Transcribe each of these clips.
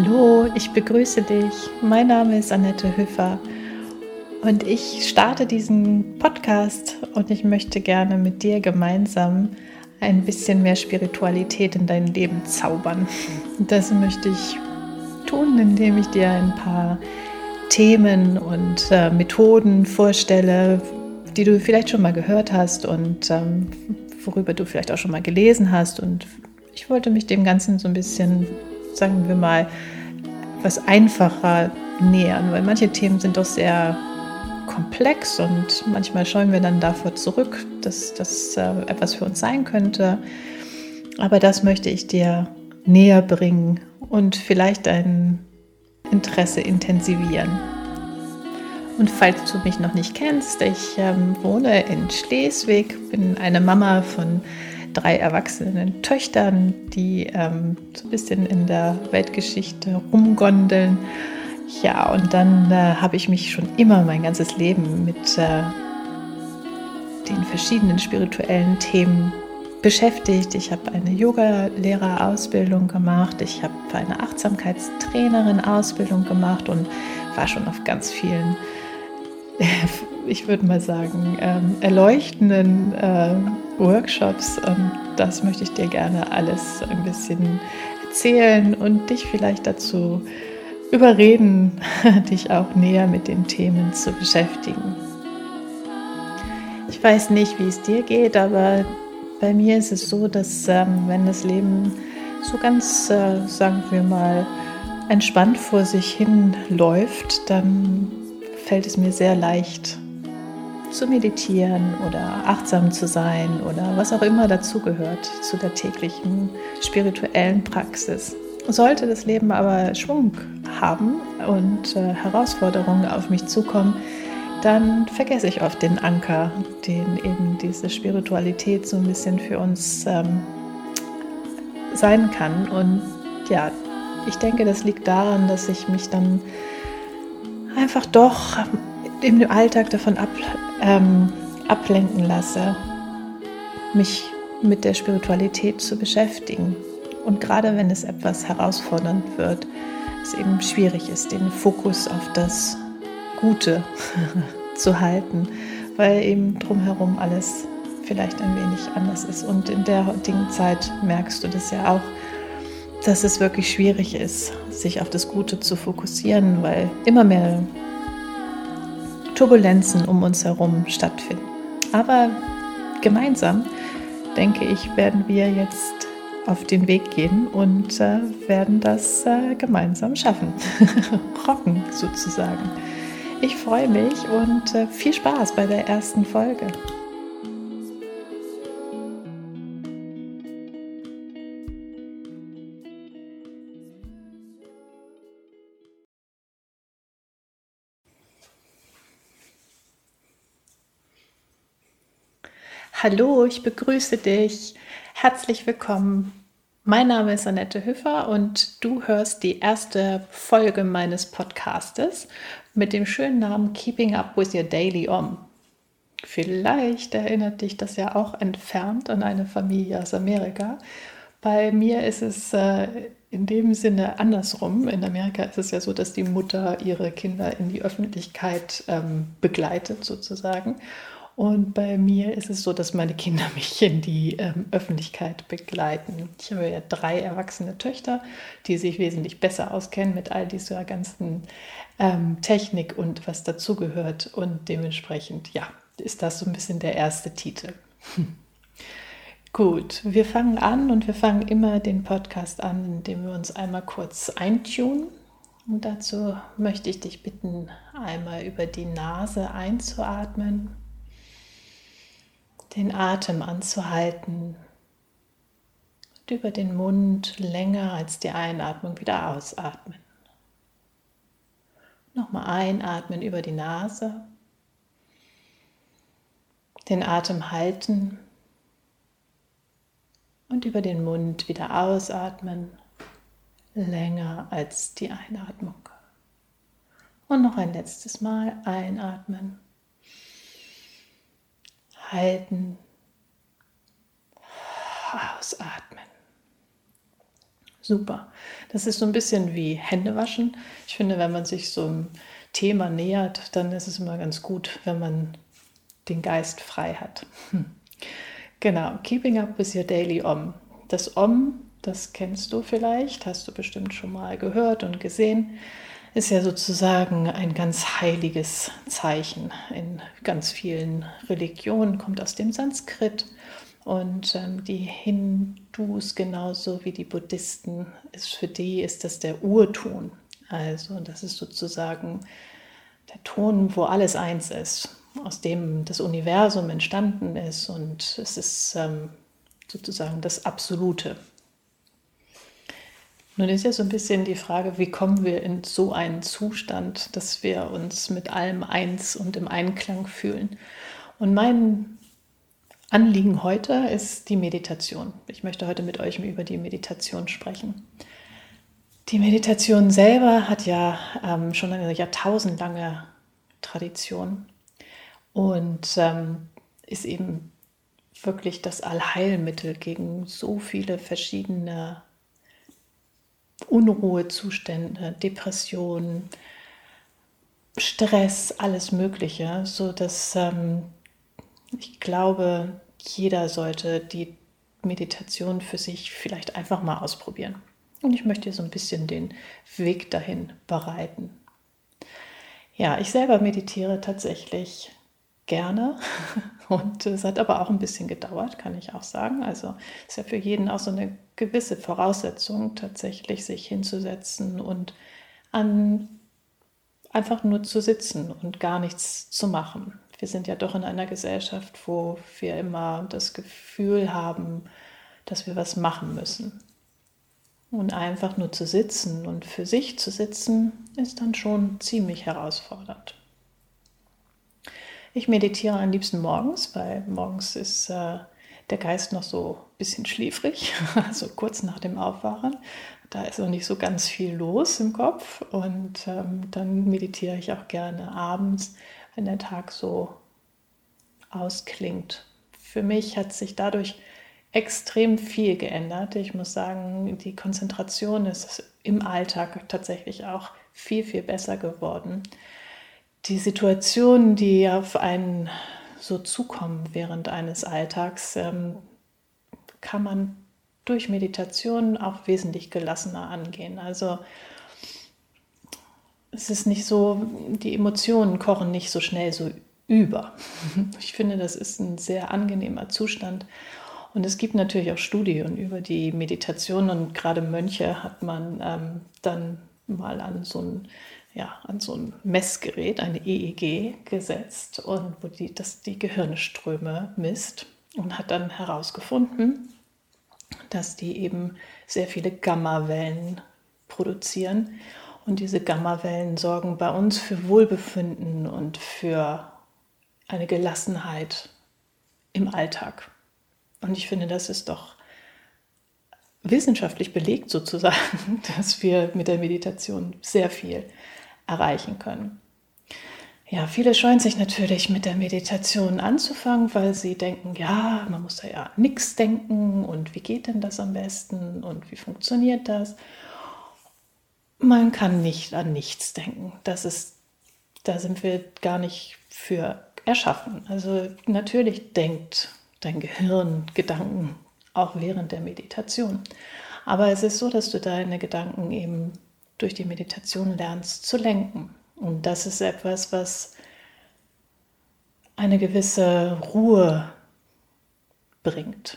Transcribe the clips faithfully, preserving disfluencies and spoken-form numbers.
Hallo, ich begrüße dich. Mein Name ist Annette Hüffer und ich starte diesen Podcast und ich möchte gerne mit dir gemeinsam ein bisschen mehr Spiritualität in dein Leben zaubern. Das möchte ich tun, indem ich dir ein paar Themen und äh, Methoden vorstelle, die du vielleicht schon mal gehört hast und ähm, worüber du vielleicht auch schon mal gelesen hast. Und ich wollte mich dem Ganzen so ein bisschen, sagen wir mal, was einfacher nähern, weil manche Themen sind doch sehr komplex und manchmal scheuen wir dann davor zurück, dass das äh, etwas für uns sein könnte. Aber das möchte ich dir näher bringen und vielleicht dein Interesse intensivieren. Und falls du mich noch nicht kennst, ich ähm, wohne in Schleswig, bin eine Mama von drei erwachsenen Töchtern, die ähm, so ein bisschen in der Weltgeschichte rumgondeln. Ja, und dann äh, habe ich mich schon immer mein ganzes Leben mit äh, den verschiedenen spirituellen Themen beschäftigt. Ich habe eine Yoga-Lehrerausbildung gemacht, ich habe eine Achtsamkeitstrainerin-Ausbildung gemacht und war schon auf ganz vielen, ich würde mal sagen, ähm, erleuchtenden äh, Workshops. Und das möchte ich dir gerne alles ein bisschen erzählen und dich vielleicht dazu überreden, dich auch näher mit den Themen zu beschäftigen. Ich weiß nicht, wie es dir geht, aber bei mir ist es so, dass ähm, wenn das Leben so ganz, äh, sagen wir mal, entspannt vor sich hin läuft, dann fällt es mir sehr leicht zu meditieren oder achtsam zu sein oder was auch immer dazugehört zu der täglichen spirituellen Praxis. Sollte das Leben aber Schwung haben und äh, Herausforderungen auf mich zukommen, dann vergesse ich oft den Anker, den eben diese Spiritualität so ein bisschen für uns ähm, sein kann. Und ja, ich denke, das liegt daran, dass ich mich dann einfach doch im Alltag davon ab, ähm, ablenken lasse, mich mit der Spiritualität zu beschäftigen. Und gerade wenn es etwas herausfordernd wird, es eben schwierig ist, den Fokus auf das Gute zu halten, weil eben drumherum alles vielleicht ein wenig anders ist. Und in der heutigen Zeit merkst du das ja auch, dass es wirklich schwierig ist, sich auf das Gute zu fokussieren, weil immer mehr Turbulenzen um uns herum stattfinden. Aber gemeinsam, denke ich, werden wir jetzt auf den Weg gehen und äh, werden das äh, gemeinsam schaffen. Rocken sozusagen. Ich freue mich und äh, viel Spaß bei der ersten Folge. Hallo, ich begrüße dich. Herzlich willkommen. Mein Name ist Annette Hüffer und du hörst die erste Folge meines Podcastes mit dem schönen Namen Keeping Up with Your Daily Om. Vielleicht erinnert dich das ja auch entfernt an eine Familie aus Amerika. Bei mir ist es äh, in dem Sinne andersrum. In Amerika ist es ja so, dass die Mutter ihre Kinder in die Öffentlichkeit ähm, begleitet sozusagen. Und bei mir ist es so, dass meine Kinder mich in die ähm, Öffentlichkeit begleiten. Ich habe ja drei erwachsene Töchter, die sich wesentlich besser auskennen mit all dieser ganzen ähm, Technik und was dazugehört. Und dementsprechend, ja, ist das so ein bisschen der erste Titel. Gut, wir fangen an und wir fangen immer den Podcast an, indem wir uns einmal kurz eintunen. Und dazu möchte ich dich bitten, einmal über die Nase einzuatmen, den Atem anzuhalten und über den Mund länger als die Einatmung wieder ausatmen. Nochmal einatmen über die Nase, den Atem halten und über den Mund wieder ausatmen, länger als die Einatmung. Und noch ein letztes Mal einatmen, halten, ausatmen. Super. Das ist so ein bisschen wie Händewaschen. Ich finde, wenn man sich so einem Thema nähert, dann ist es immer ganz gut, wenn man den Geist frei hat. Hm. Genau, Keeping Up with Your Daily Om. Das Om, das kennst du vielleicht, hast du bestimmt schon mal gehört und gesehen, ist ja sozusagen ein ganz heiliges Zeichen. In ganz vielen Religionen kommt aus dem Sanskrit. Und ähm, die Hindus genauso wie die Buddhisten, ist, für die ist das der Urton. Also das ist sozusagen der Ton, wo alles eins ist, aus dem das Universum entstanden ist, und es ist ähm, sozusagen das Absolute. Nun ist ja so ein bisschen die Frage, wie kommen wir in so einen Zustand, dass wir uns mit allem eins und im Einklang fühlen. Und mein Anliegen heute ist die Meditation. Ich möchte heute mit euch über die Meditation sprechen. Die Meditation selber hat ja ähm, schon eine jahrtausendlange Tradition und ähm, ist eben wirklich das Allheilmittel gegen so viele verschiedene Unruhezustände, Depressionen, Stress, alles Mögliche, so dass ähm, ich glaube, jeder sollte die Meditation für sich vielleicht einfach mal ausprobieren. Und ich möchte dir so ein bisschen den Weg dahin bereiten. Ja, ich selber meditiere tatsächlich gerne und es hat aber auch ein bisschen gedauert, kann ich auch sagen. Also ist ja für jeden auch so eine gewisse Voraussetzung, tatsächlich sich hinzusetzen und an einfach nur zu sitzen und gar nichts zu machen. Wir sind ja doch in einer Gesellschaft, wo wir immer das Gefühl haben, dass wir was machen müssen. Und einfach nur zu sitzen und für sich zu sitzen, ist dann schon ziemlich herausfordernd. Ich meditiere am liebsten morgens, weil morgens ist äh, der Geist noch so ein bisschen schläfrig, also kurz nach dem Aufwachen. Da ist noch nicht so ganz viel los im Kopf, und ähm, dann meditiere ich auch gerne abends, wenn der Tag so ausklingt. Für mich hat sich dadurch extrem viel geändert. Ich muss sagen, die Konzentration ist im Alltag tatsächlich auch viel, viel besser geworden. Die Situationen, die auf einen so zukommen während eines Alltags, ähm, kann man durch Meditation auch wesentlich gelassener angehen. Also es ist nicht so, die Emotionen kochen nicht so schnell so über. Ich finde, das ist ein sehr angenehmer Zustand. Und es gibt natürlich auch Studien über die Meditation, und gerade Mönche hat man ähm, dann mal an so ein, ja, an so ein Messgerät, eine E E G, gesetzt, und wo die, das die Gehirnströme misst, und hat dann herausgefunden, dass die eben sehr viele Gammawellen produzieren. Und diese Gammawellen sorgen bei uns für Wohlbefinden und für eine Gelassenheit im Alltag. Und ich finde, das ist doch wissenschaftlich belegt sozusagen, dass wir mit der Meditation sehr viel erreichen können. Ja, viele scheuen sich natürlich mit der Meditation anzufangen, weil sie denken, ja, man muss da ja an nichts denken, und wie geht denn das am besten und wie funktioniert das? Man kann nicht an nichts denken. Das ist, da sind wir gar nicht für erschaffen. Also natürlich denkt dein Gehirn Gedanken auch während der Meditation. Aber es ist so, dass du deine Gedanken eben durch die Meditation lernst zu lenken. Und das ist etwas, was eine gewisse Ruhe bringt.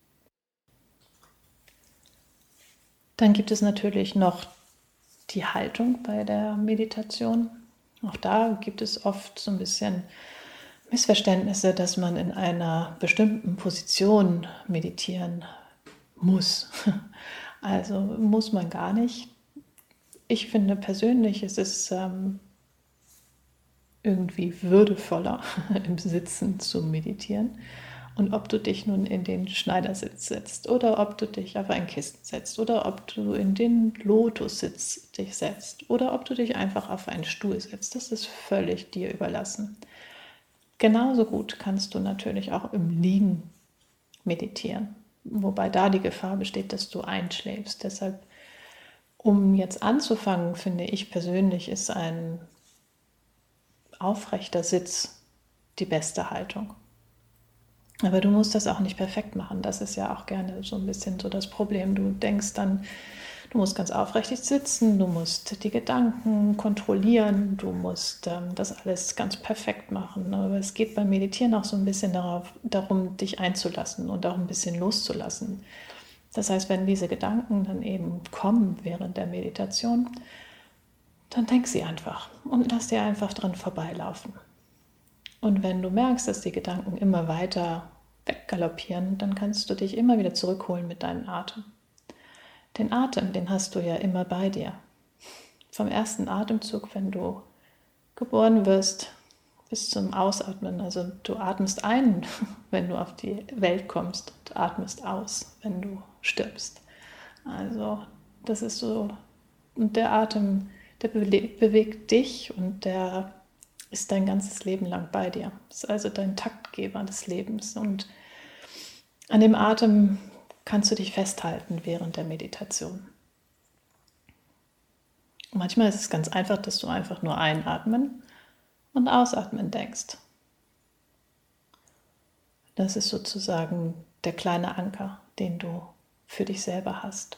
Dann gibt es natürlich noch die Haltung bei der Meditation. Auch da gibt es oft so ein bisschen Missverständnisse, dass man in einer bestimmten Position meditieren muss. Also muss man gar nicht. Ich finde persönlich, es ist ähm, irgendwie würdevoller, im Sitzen zu meditieren. Und ob du dich nun in den Schneidersitz setzt oder ob du dich auf ein Kissen setzt oder ob du in den Lotussitz dich setzt oder ob du dich einfach auf einen Stuhl setzt, das ist völlig dir überlassen. Genauso gut kannst du natürlich auch im Liegen meditieren, wobei da die Gefahr besteht, dass du einschläfst. Deshalb Um jetzt anzufangen, finde ich persönlich, ist ein aufrechter Sitz die beste Haltung. Aber du musst das auch nicht perfekt machen. Das ist ja auch gerne so ein bisschen so das Problem. Du denkst dann, du musst ganz aufrecht sitzen, du musst die Gedanken kontrollieren, du musst ähm, das alles ganz perfekt machen. Aber es geht beim Meditieren auch so ein bisschen darauf, darum, dich einzulassen und auch ein bisschen loszulassen. Das heißt, wenn diese Gedanken dann eben kommen während der Meditation, dann denk sie einfach und lass dir einfach dran vorbeilaufen. Und wenn du merkst, dass die Gedanken immer weiter weggaloppieren, dann kannst du dich immer wieder zurückholen mit deinem Atem. Den Atem, den hast du ja immer bei dir. Vom ersten Atemzug, wenn du geboren wirst, bis zum Ausatmen. Also du atmest ein, wenn du auf die Welt kommst, und atmest aus, wenn du stirbst. Also das ist so, und der Atem, der bewegt dich und der ist dein ganzes Leben lang bei dir. Das ist also dein Taktgeber des Lebens. Und an dem Atem kannst du dich festhalten während der Meditation. Manchmal ist es ganz einfach, dass du einfach nur einatmen und ausatmen denkst. Das ist sozusagen der kleine Anker, den du für dich selber hast.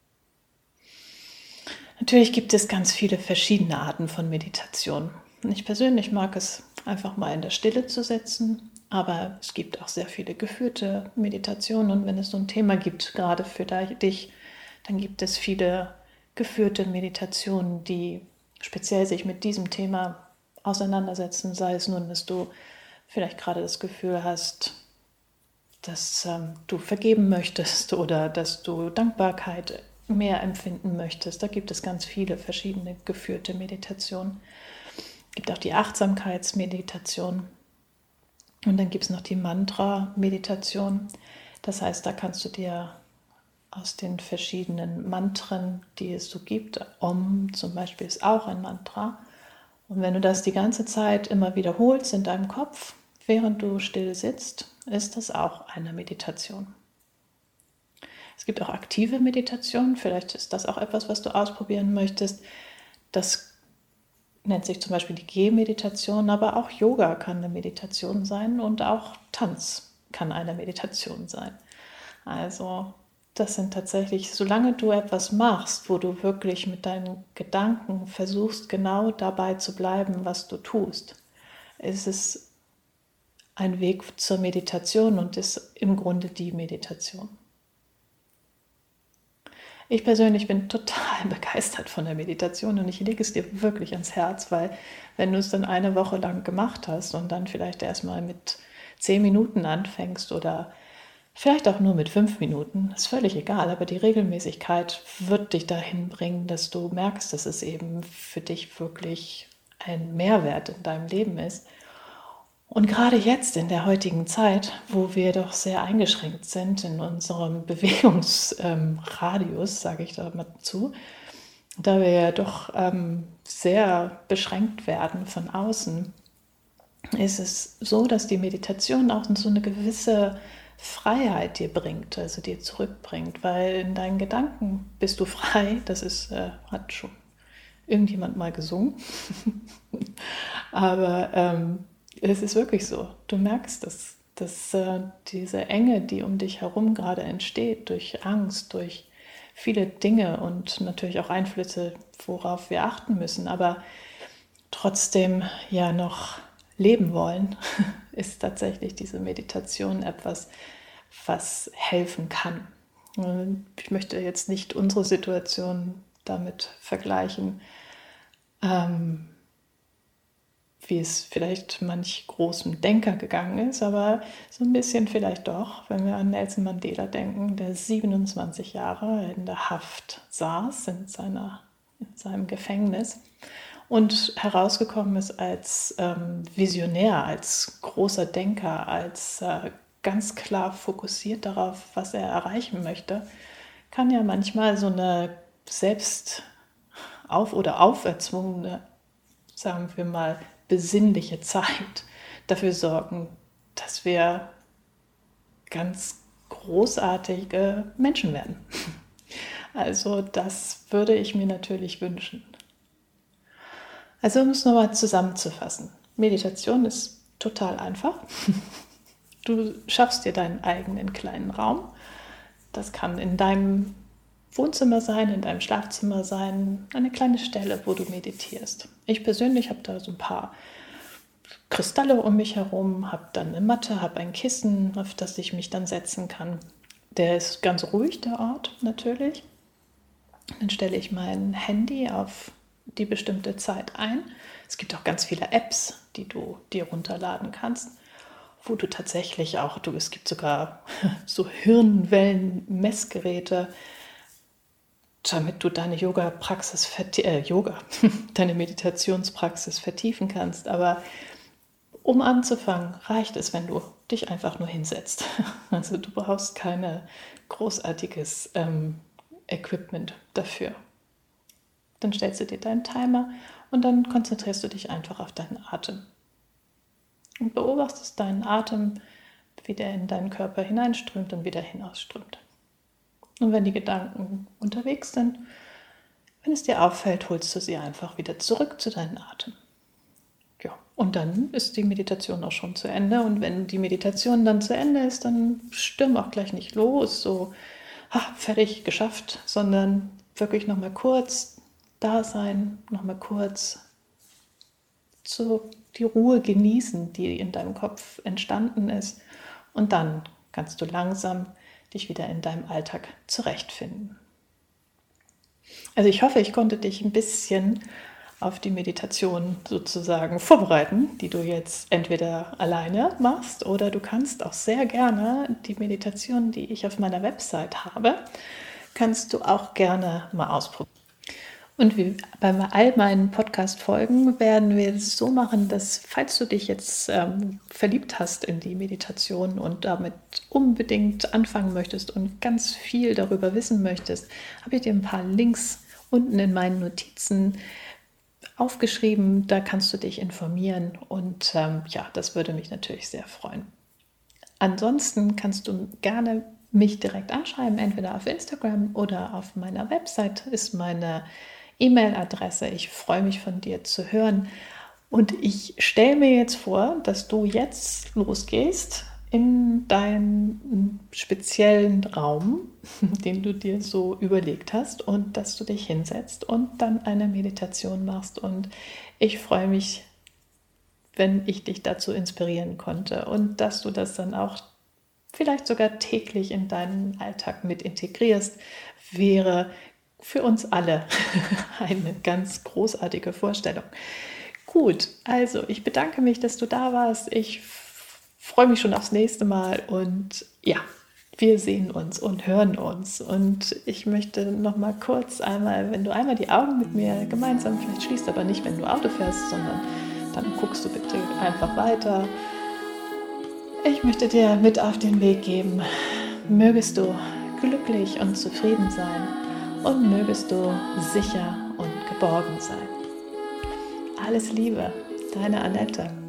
Natürlich gibt es ganz viele verschiedene Arten von Meditation. Ich persönlich mag es einfach mal in der Stille zu sitzen, aber es gibt auch sehr viele geführte Meditationen und wenn es so ein Thema gibt, gerade für dich, dann gibt es viele geführte Meditationen, die speziell sich mit diesem Thema auseinandersetzen, sei es nun, dass du vielleicht gerade das Gefühl hast, dass ähm, du vergeben möchtest oder dass du Dankbarkeit mehr empfinden möchtest. Da gibt es ganz viele verschiedene geführte Meditationen. Es gibt auch die Achtsamkeitsmeditation und dann gibt es noch die Mantra-Meditation. Das heißt, da kannst du dir aus den verschiedenen Mantren, die es so gibt, Om zum Beispiel ist auch ein Mantra. Und wenn du das die ganze Zeit immer wiederholst in deinem Kopf, während du still sitzt, ist das auch eine Meditation. Es gibt auch aktive Meditationen, vielleicht ist das auch etwas, was du ausprobieren möchtest. Das nennt sich zum Beispiel die Gehmeditation, aber auch Yoga kann eine Meditation sein und auch Tanz kann eine Meditation sein. Also das sind tatsächlich, solange du etwas machst, wo du wirklich mit deinen Gedanken versuchst, genau dabei zu bleiben, was du tust, ist es ein Weg zur Meditation und ist im Grunde die Meditation. Ich persönlich bin total begeistert von der Meditation und ich lege es dir wirklich ans Herz, weil wenn du es dann eine Woche lang gemacht hast und dann vielleicht erstmal mit zehn Minuten anfängst oder vielleicht auch nur mit fünf Minuten, ist völlig egal, aber die Regelmäßigkeit wird dich dahin bringen, dass du merkst, dass es eben für dich wirklich ein Mehrwert in deinem Leben ist. Und gerade jetzt in der heutigen Zeit, wo wir doch sehr eingeschränkt sind in unserem Bewegungsradius, sage ich da mal zu, da wir ja doch ähm, sehr beschränkt werden von außen, ist es so, dass die Meditation auch so eine gewisse Freiheit dir bringt, also dir zurückbringt, weil in deinen Gedanken bist du frei, das ist, äh, hat schon irgendjemand mal gesungen, aber ähm, es ist wirklich so. Du merkst, dass, dass äh, diese Enge, die um dich herum gerade entsteht, durch Angst, durch viele Dinge und natürlich auch Einflüsse, worauf wir achten müssen, aber trotzdem ja noch leben wollen, ist tatsächlich diese Meditation etwas, was helfen kann. Und ich möchte jetzt nicht unsere Situation damit vergleichen, ähm, wie es vielleicht manch großem Denker gegangen ist, aber so ein bisschen vielleicht doch, wenn wir an Nelson Mandela denken, der siebenundzwanzig Jahre in der Haft saß, in, seiner, in seinem Gefängnis und herausgekommen ist als ähm, Visionär, als großer Denker, als äh, ganz klar fokussiert darauf, was er erreichen möchte, kann ja manchmal so eine selbst auf- oder auferzwungene, sagen wir mal, besinnliche Zeit dafür sorgen, dass wir ganz großartige Menschen werden. Also das würde ich mir natürlich wünschen. Also um es nochmal zusammenzufassen. Meditation ist total einfach. Du schaffst dir deinen eigenen kleinen Raum. Das kann in deinem Wohnzimmer sein, in deinem Schlafzimmer sein, eine kleine Stelle, wo du meditierst. Ich persönlich habe da so ein paar Kristalle um mich herum, habe dann eine Matte, habe ein Kissen, auf das ich mich dann setzen kann. Der ist ganz ruhig, der Ort natürlich. Dann stelle ich mein Handy auf die bestimmte Zeit ein. Es gibt auch ganz viele Apps, die du dir runterladen kannst, wo du tatsächlich auch, du, es gibt sogar so Hirnwellen-Messgeräte, damit du deine Yoga-Praxis, äh, Yoga, deine Meditationspraxis vertiefen kannst. Aber um anzufangen, reicht es, wenn du dich einfach nur hinsetzt. Also du brauchst kein großartiges ähm, Equipment dafür. Dann stellst du dir deinen Timer und dann konzentrierst du dich einfach auf deinen Atem. Und beobachtest deinen Atem, wie der in deinen Körper hineinströmt und wieder hinausströmt. Und wenn die Gedanken unterwegs sind, wenn es dir auffällt, holst du sie einfach wieder zurück zu deinem Atem. Ja, und dann ist die Meditation auch schon zu Ende. Und wenn die Meditation dann zu Ende ist, dann stürm auch gleich nicht los, so ha, fertig, geschafft, sondern wirklich nochmal kurz da sein, nochmal kurz so die Ruhe genießen, die in deinem Kopf entstanden ist. Und dann kannst du langsam dich wieder in deinem Alltag zurechtfinden. Also ich hoffe, ich konnte dich ein bisschen auf die Meditation sozusagen vorbereiten, die du jetzt entweder alleine machst oder du kannst auch sehr gerne die Meditation, die ich auf meiner Website habe, kannst du auch gerne mal ausprobieren. Und wie bei all meinen Podcast-Folgen werden wir es so machen, dass, falls du dich jetzt ähm, verliebt hast in die Meditation und damit unbedingt anfangen möchtest und ganz viel darüber wissen möchtest, habe ich dir ein paar Links unten in meinen Notizen aufgeschrieben. Da kannst du dich informieren und ähm, ja, das würde mich natürlich sehr freuen. Ansonsten kannst du gerne mich direkt anschreiben, entweder auf Instagram oder auf meiner Website ist meine E-Mail-Adresse. Ich freue mich, von dir zu hören. Und ich stelle mir jetzt vor, dass du jetzt losgehst in deinen speziellen Raum, den du dir so überlegt hast, und dass du dich hinsetzt und dann eine Meditation machst. Und ich freue mich, wenn ich dich dazu inspirieren konnte und dass du das dann auch vielleicht sogar täglich in deinen Alltag mit integrierst, wäre für uns alle eine ganz großartige Vorstellung. Gut, also ich bedanke mich, dass du da warst. Ich freue mich schon aufs nächste Mal und ja, wir sehen uns und hören uns. Und ich möchte noch mal kurz einmal, wenn du einmal die Augen mit mir gemeinsam vielleicht schließt, aber nicht, wenn du Auto fährst, sondern dann guckst du bitte einfach weiter. Ich möchte dir mit auf den Weg geben, mögest du glücklich und zufrieden sein. Und mögest du sicher und geborgen sein. Alles Liebe, deine Annette.